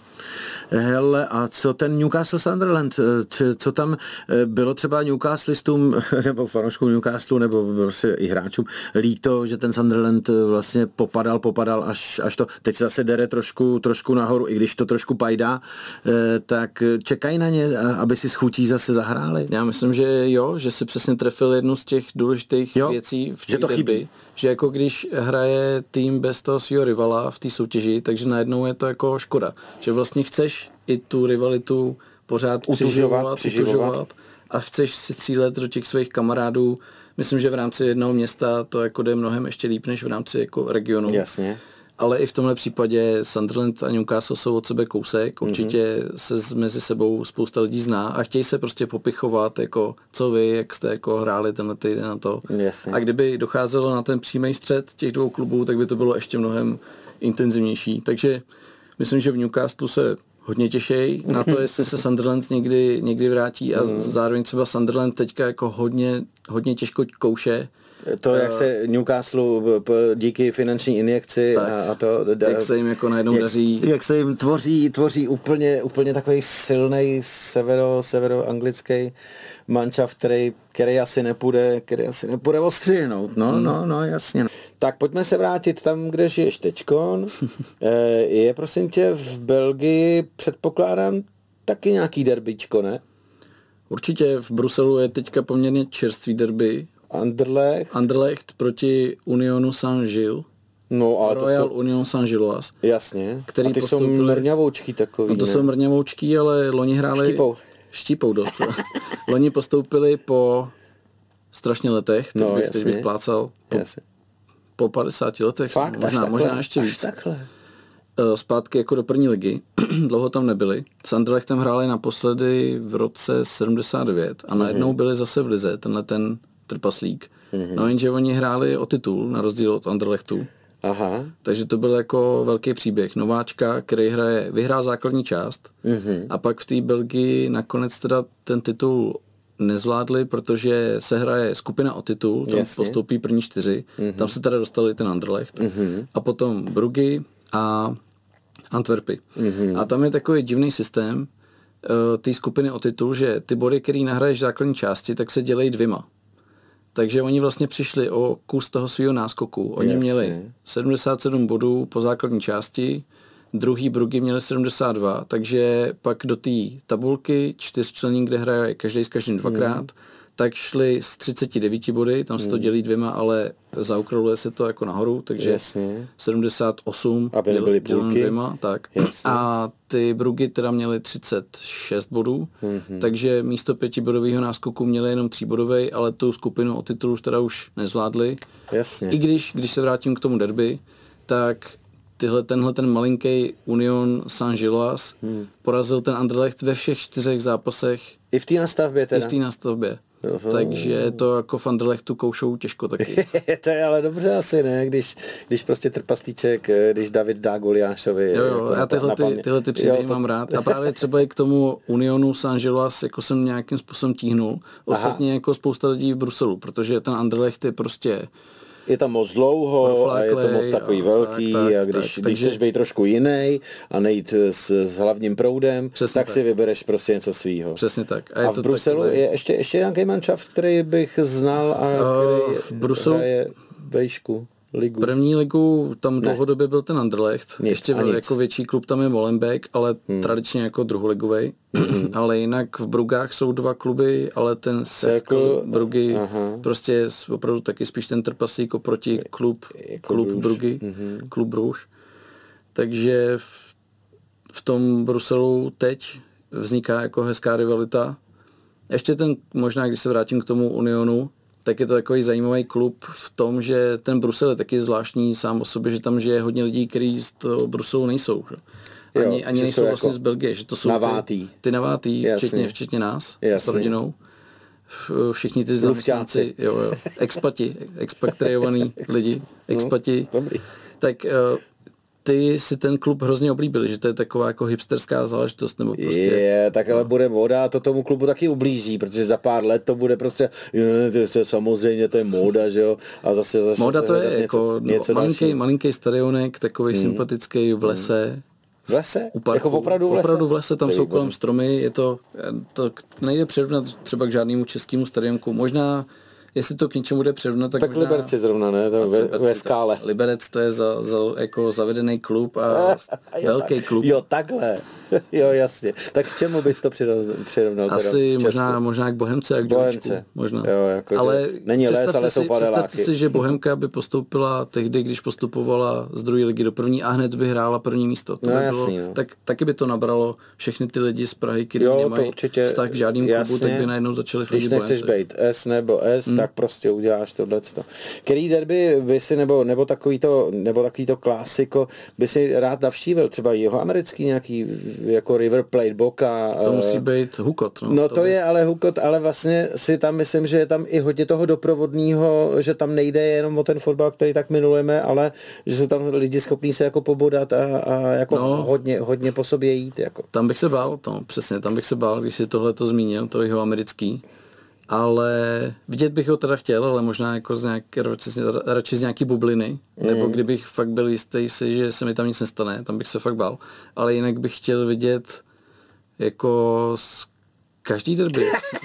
Hele, a co ten Newcastle Sunderland, co tam bylo třeba Newcastlistům, nebo fanouškům Newcastle, nebo prostě i hráčům líto, že ten Sunderland vlastně popadal, popadal až, až to, teď se zase dere trošku, trošku nahoru, i když to trošku pajdá, tak čekají na ně, aby si schutí zase zahráli? Já myslím, že jo, že si přesně trefil jednu z těch důležitých jo, věcí v že to derby, chybí. Že jako když hraje tým bez toho svého rivala v té soutěži, takže najednou je to jako škoda, že vlastně chceš i tu rivalitu pořád utužovat, utužovat a chceš si střílet do těch svých kamarádů. Myslím, že v rámci jednoho města to jako jde mnohem ještě líp, než v rámci jako regionu. Jasně. Ale i v tomhle případě Sunderland a Newcastle jsou od sebe kousek. Určitě mm-hmm. se mezi sebou spousta lidí zná a chtějí se prostě popichovat, jako co vy, jak jste jako hráli tenhle týden na to. Jasně. A kdyby docházelo na ten přímý střed těch dvou klubů, tak by to bylo ještě mnohem intenzivnější. Takže myslím, že v Newcastle se hodně těšej na to, jestli se Sunderland někdy, někdy vrátí a mm. zároveň třeba Sunderland teďka jako hodně, hodně těžko kouše. To, jak se Newcastle díky finanční injekci tak, a, a to... Jak se jim jako najednou jak, daří... Jak se jim tvoří, tvoří úplně, úplně takový silnej severo, severoanglický manšaft, který, který asi nepůjde, který asi nepůjde ostřihnout. No, hmm. no, no, jasně. Tak pojďme se vrátit tam, kde žiješ teďkon. Je prosím tě v Belgii, předpokládám, taky nějaký derbyčko, ne? Určitě v Bruselu je teďka poměrně čerstvý derby. Anderlecht. Anderlecht proti Unionu Saint-Gilles. No, ale Royal to jsou... Union Saint-Gilloise. Jasně. Který a ty postoupili... jsou mrňavoučky takový, No to ne? jsou mrňavoučky, ale loni hráli... Štípou. Štípou dost. Loni postoupili po strašně letech, teď no, bych, jasně. teď bych plácal po, po padesáti letech. Fakt, možná, takhle, možná ještě víc. Takhle. Zpátky jako do první ligy. Dlouho tam nebyli. S Anderlechtem hráli naposledy v roce sedmdesát devět a najednou mm-hmm. byli zase v lize, tenhle ten trpaslík. Mm-hmm. No jenže oni hráli o titul, na rozdíl od Anderlechtu. Aha. Takže to byl jako velký příběh. Nováčka, který hraje, vyhrá základní část mm-hmm. a pak v té Belgii nakonec teda ten titul nezvládli, protože se hraje skupina o titul, tam Jasně. postoupí první čtyři, mm-hmm. tam se teda dostali ten Anderlecht mm-hmm. a potom Bruggy, a Antwerpy. Mm-hmm. A tam je takový divný systém uh, té skupiny o titul, že ty body, který nahraješ v základní části, tak se dělají dvěma. Takže oni vlastně přišli o kus toho svého náskoku. Oni Jasně. měli sedmdesát sedm bodů po základní části, druhý Bruggy měli sedmdesát dva, takže pak do té tabulky čtyřčlenní, kde hraje každý s každým dvakrát, mm. tak šli z třicet devět body, tam se mm. to dělí dvěma, ale zaokrouhluje se to jako nahoru, takže Jasně. sedmdesát osm aby nebyly půlky. Dvěma, tak. A ty Bruggy teda měly třicet šest bodů, mm-hmm. takže místo pětibodového náskoku měli jenom tříbodovej, ale tu skupinu o titulu teda už nezvládli. Jasně. I když, když se vrátím k tomu derby, tak tyhle, tenhle ten malinký Union Saint-Gilloise hmm. porazil ten Anderlecht ve všech čtyřech zápasech. I v té nastavbě teda? I v té nastavbě. Uhum. Takže to jako v Anderlechtu koušou těžko taky. To je ale dobře asi, ne? Když, když prostě trpaslíček, když David dá Goliášovi. Jo, jo, já tyhle, ty, tyhle ty příběhy to... mám rád. A právě třeba i k tomu Unionu Saint-Gilloise jako jsem nějakým způsobem tíhnul. Ostatně Aha. jako spousta lidí v Bruselu, protože ten Anderlecht je prostě... Je tam moc dlouho a je to moc takový velký tak, tak, a když, tak, když chceš být trošku jiný a nejít s, s hlavním proudem, tak, tak si vybereš prostě něco svýho. Přesně tak. A, je a to v Bruselu takové... je ještě, ještě nějaký manšaft, který bych znal a který uh, v Bruselu hraje vejšku. Ligu. První ligu tam dlouhodobě byl ten Anderlecht. Nic, ještě byl jako větší klub tam je Molenbeek, ale hmm. tradičně jako druholigovej. Hmm. Ale jinak v Brugách jsou dva kluby, ale ten Cercle Bruggy aha. prostě je opravdu taky spíš ten trpaslík oproti klub, jako klub Bruggy, hmm. klub Bruges. Takže v, v tom Bruselu teď vzniká jako hezká rivalita. Ještě ten, možná když se vrátím k tomu Unionu, tak je to takový zajímavý klub v tom, že ten Brusel je taky zvláštní sám o sobě, že tam žije hodně lidí, kteří z toho Bruselu nejsou. Že? Ani, jo, ani nejsou vlastně jako z Belgie, že to jsou navátý. ty, ty navátý, včetně, včetně nás, Jasně. s rodinou. Všichni ty zaměstnanci, jo, jo, expati, expatriovaný lidi, expati. No, dobrý. Tak uh, ty si ten klub hrozně oblíbili, že to je taková jako hipsterská záležitost, nebo prostě... Je, tak ale no. bude móda a to tomu klubu taky ublíží, protože za pár let to bude prostě, je, to je, samozřejmě to je móda, že jo, a zase... zase móda to je něco, jako něco no, malinký, malinký stadionek, takový hmm. sympatický v lese. Hmm. V lese? U parku, jako opravdu v lese? Opravdu v lese, tam jsou kolem stromy, je to, to nejde přirovnat třeba k žádnému českému stadionku, možná jestli to k něčemu jde přirovnat, tak, tak možná... Liberci zrovna, ne? To ve, ve skále. To, Liberec to je za, za, jako zavedený klub a velký klub. Jo, takhle. Jo, jasně. Tak k čemu bys to přirovnal? Asi možná, možná k Bohemce a k Dělečku. Možná. Jo, jako, ale není les, ale jsou padeláky. Představte si, že Bohemka by postoupila tehdy, když postupovala z druhé ligy do první a hned by hrála první místo. To no, by jasný, bylo, no. tak, taky by to nabralo všechny ty lidi z Prahy, kteří nemají vztah k žádným klubu, tak by najednou začali fandit Bohemce. Když nechceš být S nebo S, hmm. tak prostě uděláš tohleto. Který derby by si, nebo, nebo takový to, nebo takový to klasiko, by si rád navštívil? Třeba jihoamerický nějaký, jako River Plate, Boca. To musí být hukot. No, no to, to je ale hukot, ale vlastně si tam myslím, že je tam i hodně toho doprovodního, že tam nejde jenom o ten fotbal, který tak milujeme, ale že jsou tam lidi schopní se jako pobodat a, a jako no, hodně, hodně po sobě jít. Jako. Tam bych se bál, to, přesně, tam bych se bál, když si tohle to zmínil, to jihoamerický. Ale vidět bych ho teda chtěl, ale možná jako z nějaké, radši z nějaký bubliny, mm. nebo kdybych fakt byl jistý si, že se mi tam nic nestane, tam bych se fakt bál. Ale jinak bych chtěl vidět jako z každý derby.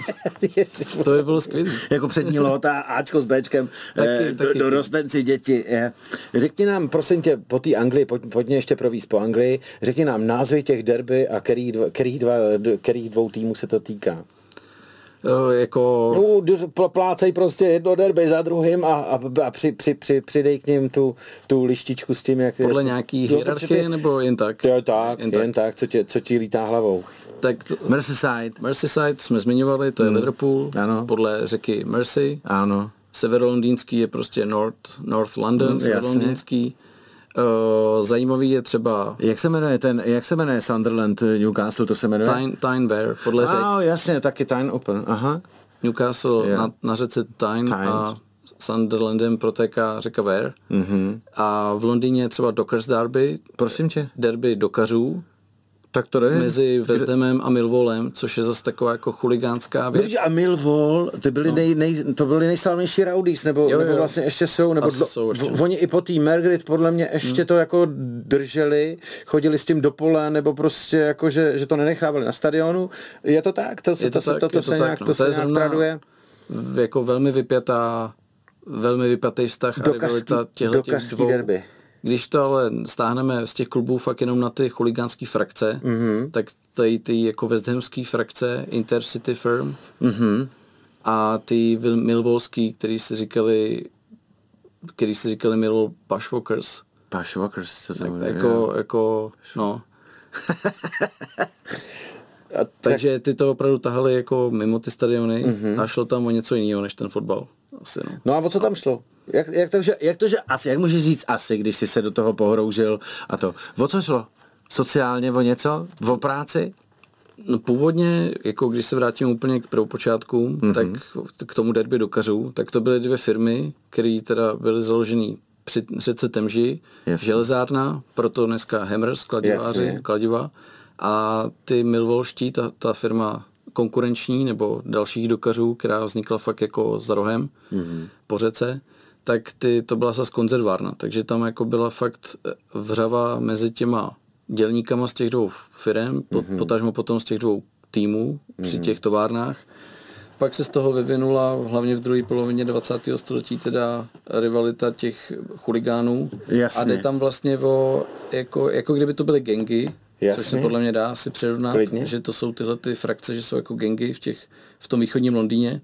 To by bylo skvělé. Jako přední lota, Ačko s Bčkem, taky, eh, taky. Dorostenci, děti. Je. Řekni nám, prosím tě, po té Anglii, pojď, pojď mě ještě províst po Anglii, řekni nám názvy těch derby a kterých dva, kterých dva, kterých dvou týmů se to týká. Uh, jako... No, plácej prostě jedno derby za druhým a, a, a při, při, při, přidej k ním tu, tu lištičku s tím, jak... Podle je, nějaký no, hierarchie ty, nebo jen tak? Jo, tak, jen, jen tak, tak co, tě, co ti lítá hlavou. Tak to, Merseyside. Merseyside jsme zmiňovali, to je hmm. Liverpool, ano. podle řeky Mersey. Ano. Severolondýnský je prostě North, North London, hmm, severolondýnský. Uh, zajímavý je třeba... Jak se jmenuje ten, jak se jmenuje Sunderland, Newcastle, to se jmenuje? Tyne, Tyne Bear, podle řek. Ah, jasně, taky Tyne Open, aha. Newcastle yeah. na, na řece Tyne, Tyne a Sunderlandem protéká řeka Wear. Mm-hmm. A v Londýně je třeba Dockers Derby. Prosím tě. Derby dokařů. Tak to nevím. Mezi West Hamem a Millwallem, což je zase taková jako chuligánská věc. A Millwall, ty byly no. nej, nej, to byly nejslavnější Rowdies, nebo, jo, nebo vlastně ještě jsou, nebo do, jsou ještě. Oni i po té Margaret podle mě ještě hmm. to jako drželi, chodili s tím do pole, nebo prostě jako, že, že to nenechávali na stadionu. Je to tak? To, je to, to, tak, to, to, to se tak, nějak, no. to se nějak traduje? Jako velmi vypjatá, velmi vypjatý vztah a rivalita těchto těch dvou. Derby. Když to ale stáhneme z těch klubů fakt jenom na ty chuligánský frakce, mm-hmm. tak tady ty jako westhamský frakce, Intercity Firm mm-hmm. a ty Millwallský, který si říkali, který si říkali Millwall Bushwalkers. Bushwalkers, co to tak, jako, jako, no. A takže ty to opravdu tahali jako mimo ty stadiony mm-hmm. a šlo tam o něco jiného než ten fotbal. Asi, no. no a o co tam šlo? Jak, jak, to, že, jak to, že asi, jak můžeš říct asi, když jsi se do toho pohroužil a to. O co šlo? Sociálně o něco? O práci? No původně, jako když se vrátím úplně k prvopočátku, mm-hmm. tak k tomu derby dokařů, tak to byly dvě firmy, které teda byly založené při řece Temži, Jasně. železárna, proto dneska Hammers, kladiváři, kladiva, a ty Millwallští, ta, ta firma konkurenční nebo dalších dokařů, která vznikla fakt jako za rohem mm-hmm. po řece, tak ty, to byla zase konzervárna, takže tam jako byla fakt vřava mezi těma dělníkama z těch dvou firem, mm-hmm. potažmo potom z těch dvou týmů mm-hmm. při těch továrnách. Pak se z toho vyvinula hlavně v druhé polovině dvacátého století teda rivalita těch chuligánů. Jasně. A jde tam vlastně o, jako, jako kdyby to byly gangy, Jasně. což se podle mě dá asi přirovnat, Klidně. že to jsou tyhle ty frakce, že jsou jako gangy v, těch, v tom východním Londýně.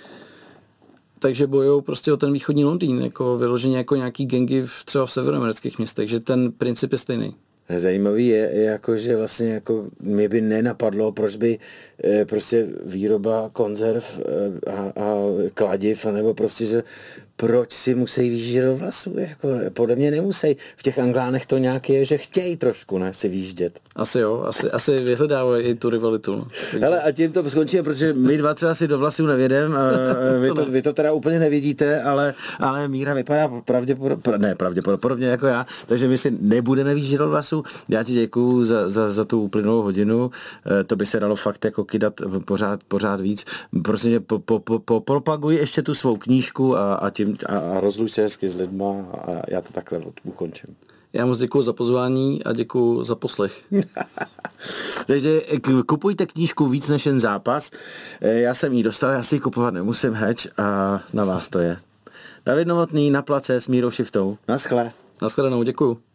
Takže bojujou prostě o ten východní Londýn, jako vyloženě jako nějaký gangy v, třeba v severoamerických městech, že ten princip je stejný. Zajímavý je, je jako, že vlastně jako mě by nenapadlo, proč by e, prostě výroba konzerv e, a, a kladiv, nebo prostě, že proč si musí výjíždět do vlasů, jako podle mě nemusí. V těch Anglánech to nějak je, že chtějí trošku, ne, si výjíždět. Asi jo, asi, asi vyhledávají i tu rivalitu. No. Hele, a tím to skončíme, protože my dva třeba si do vlasů nevědem, a vy, to, vy to teda úplně nevidíte, ale, ale Míra vypadá pravděpodobně, ne pravděpodobně jako já, takže my si nebudeme výjíždět do vlasů. Já ti děkuju za, za, za tu uplynulou hodinu, to by se dalo fakt jako kydat pořád, pořád víc. Prosím tě, po, po, po, po, propaguj ještě tu svou knížku a, a tím a, a rozluč se hezky s lidma a já to takhle ukončím. Já moc děkuju za pozvání a děkuju za poslech. Takže kupujte knížku Víc než jen zápas. Já jsem ji dostal, já si ji kupovat nemusím, heč, a na vás to je. David Novotný na place s Mírou Šiftou. Naschle. Naschledanou, děkuju.